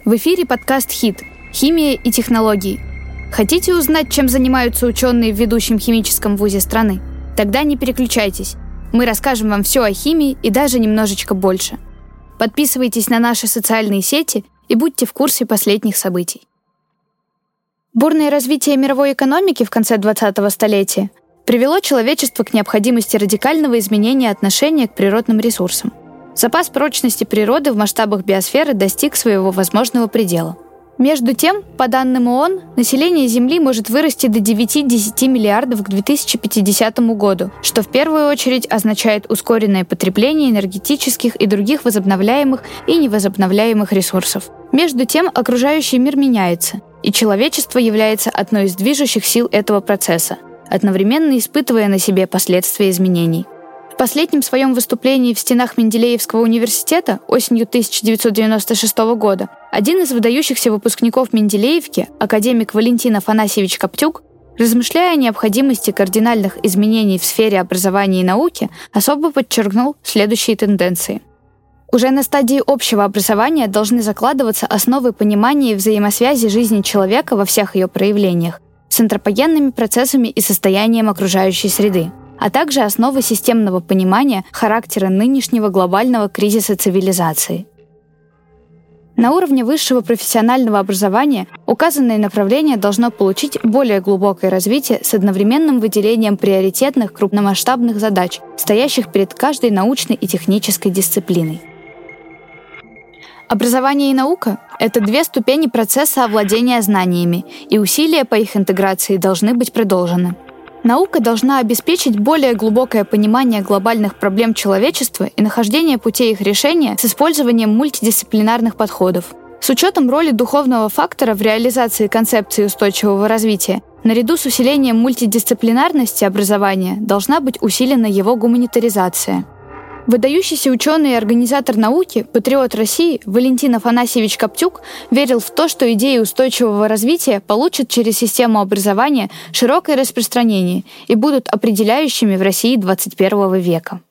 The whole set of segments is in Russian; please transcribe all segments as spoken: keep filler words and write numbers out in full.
В эфире подкаст «Хит. Химия и технологии». Хотите узнать, чем занимаются ученые в ведущем химическом вузе страны? Тогда не переключайтесь. Мы расскажем вам все о химии и даже немножечко больше. Подписывайтесь на наши социальные сети и будьте в курсе последних событий. Бурное развитие мировой экономики в конце двадцатого столетия привело человечество к необходимости радикального изменения отношения к природным ресурсам. Запас прочности природы в масштабах биосферы достиг своего возможного предела. Между тем, по данным ООН, население Земли может вырасти до девяти-десяти миллиардов к две тысячи пятидесятому году, что в первую очередь означает ускоренное потребление энергетических и других возобновляемых и невозобновляемых ресурсов. Между тем, окружающий мир меняется, и человечество является одной из движущих сил этого процесса, одновременно испытывая на себе последствия изменений. В последнем своем выступлении в стенах Менделеевского университета осенью тысяча девятьсот девяносто шестого года один из выдающихся выпускников Менделеевки, академик Валентин Афанасьевич Коптюк, размышляя о необходимости кардинальных изменений в сфере образования и науки, особо подчеркнул следующие тенденции. Уже на стадии общего образования должны закладываться основы понимания взаимосвязи жизни человека во всех ее проявлениях с антропогенными процессами и состоянием окружающей среды, а также основы системного понимания характера нынешнего глобального кризиса цивилизации. На уровне высшего профессионального образования указанное направление должно получить более глубокое развитие с одновременным выделением приоритетных крупномасштабных задач, стоящих перед каждой научной и технической дисциплиной. Образование и наука — это две ступени процесса овладения знаниями, и усилия по их интеграции должны быть продолжены. Наука должна обеспечить более глубокое понимание глобальных проблем человечества и нахождение путей их решения с использованием мультидисциплинарных подходов. С учетом роли духовного фактора в реализации концепции устойчивого развития, наряду с усилением мультидисциплинарности образования должна быть усилена его гуманитаризация. Выдающийся ученый и организатор науки, патриот России Валентин Афанасьевич Коптюк верил в то, что идеи устойчивого развития получат через систему образования широкое распространение и будут определяющими в России двадцать первого века.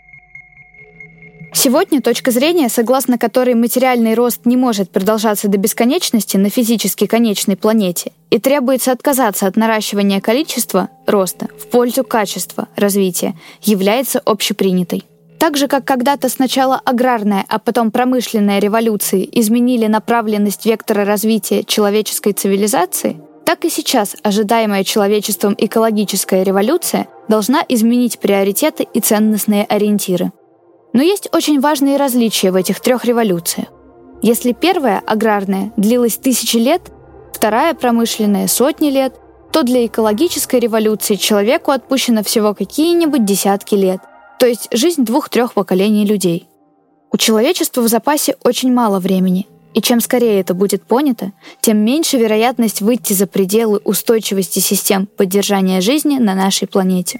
Сегодня точка зрения, согласно которой материальный рост не может продолжаться до бесконечности на физически конечной планете и требуется отказаться от наращивания количества роста в пользу качества развития, является общепринятой. Так же, как когда-то сначала аграрная, а потом промышленная революции изменили направленность вектора развития человеческой цивилизации, так и сейчас ожидаемая человечеством экологическая революция должна изменить приоритеты и ценностные ориентиры. Но есть очень важные различия в этих трех революциях. Если первая, аграрная, длилась тысячи лет, вторая, промышленная, сотни лет, то для экологической революции человеку отпущено всего какие-нибудь десятки лет, то есть жизнь двух-трех поколений людей. У человечества в запасе очень мало времени, и чем скорее это будет понято, тем меньше вероятность выйти за пределы устойчивости систем поддержания жизни на нашей планете.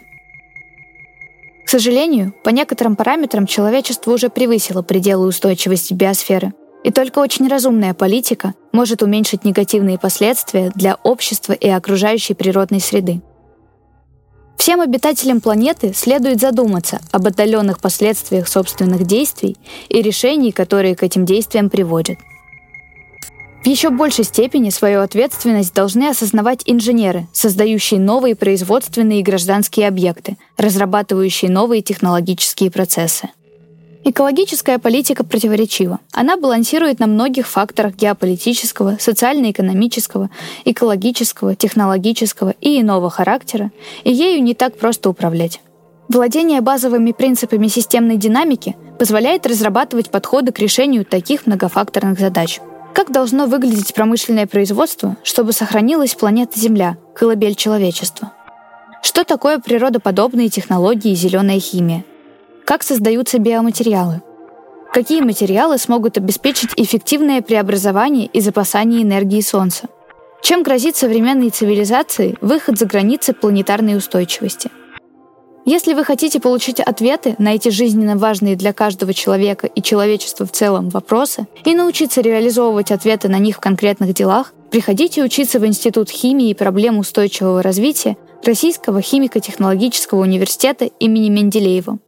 К сожалению, по некоторым параметрам человечество уже превысило пределы устойчивости биосферы, и только очень разумная политика может уменьшить негативные последствия для общества и окружающей природной среды. Всем обитателям планеты следует задуматься об отдаленных последствиях собственных действий и решений, которые к этим действиям приводят. В еще большей степени свою ответственность должны осознавать инженеры, создающие новые производственные и гражданские объекты, разрабатывающие новые технологические процессы. Экологическая политика противоречива. Она балансирует на многих факторах геополитического, социально-экономического, экологического, технологического и иного характера, и ею не так просто управлять. Владение базовыми принципами системной динамики позволяет разрабатывать подходы к решению таких многофакторных задач. Как должно выглядеть промышленное производство, чтобы сохранилась планета Земля, колыбель человечества? Что такое природоподобные технологии и зеленая химия? Как создаются биоматериалы? Какие материалы смогут обеспечить эффективное преобразование и запасание энергии Солнца? Чем грозит современной цивилизации выход за границы планетарной устойчивости? Если вы хотите получить ответы на эти жизненно важные для каждого человека и человечества в целом вопросы и научиться реализовывать ответы на них в конкретных делах, приходите учиться в Институт химии и проблем устойчивого развития Российского химико-технологического университета имени Менделеева.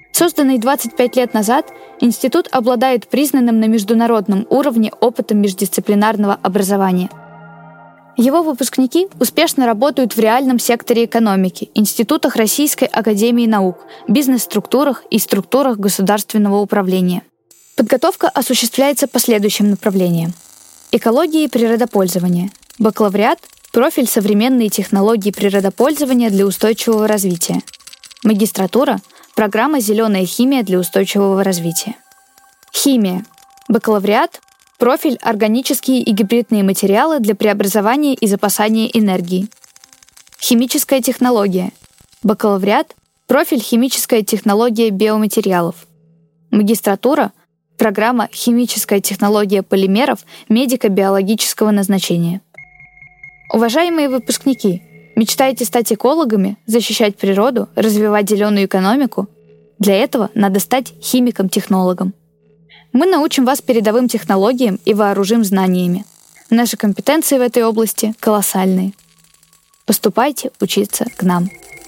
Созданный двадцать пять лет назад, институт обладает признанным на международном уровне опытом междисциплинарного образования. Его выпускники успешно работают в реальном секторе экономики, институтах Российской академии наук, бизнес-структурах и структурах государственного управления. Подготовка осуществляется по следующим направлениям. Экология и природопользование. Бакалавриат – профиль современные технологии природопользования для устойчивого развития. Магистратура – программа «Зеленая химия для устойчивого развития». Химия. Бакалавриат – профиль органические и гибридные материалы для преобразования и запасания энергии. Химическая технология. Бакалавриат – профиль химическая технология биоматериалов. Магистратура – программа «Химическая технология полимеров медико-биологического назначения». Уважаемые выпускники, мечтаете стать экологами, защищать природу, развивать зеленую экономику? Для этого надо стать химиком-технологом. Мы научим вас передовым технологиям и вооружим знаниями. Наши компетенции в этой области колоссальные. Поступайте учиться к нам.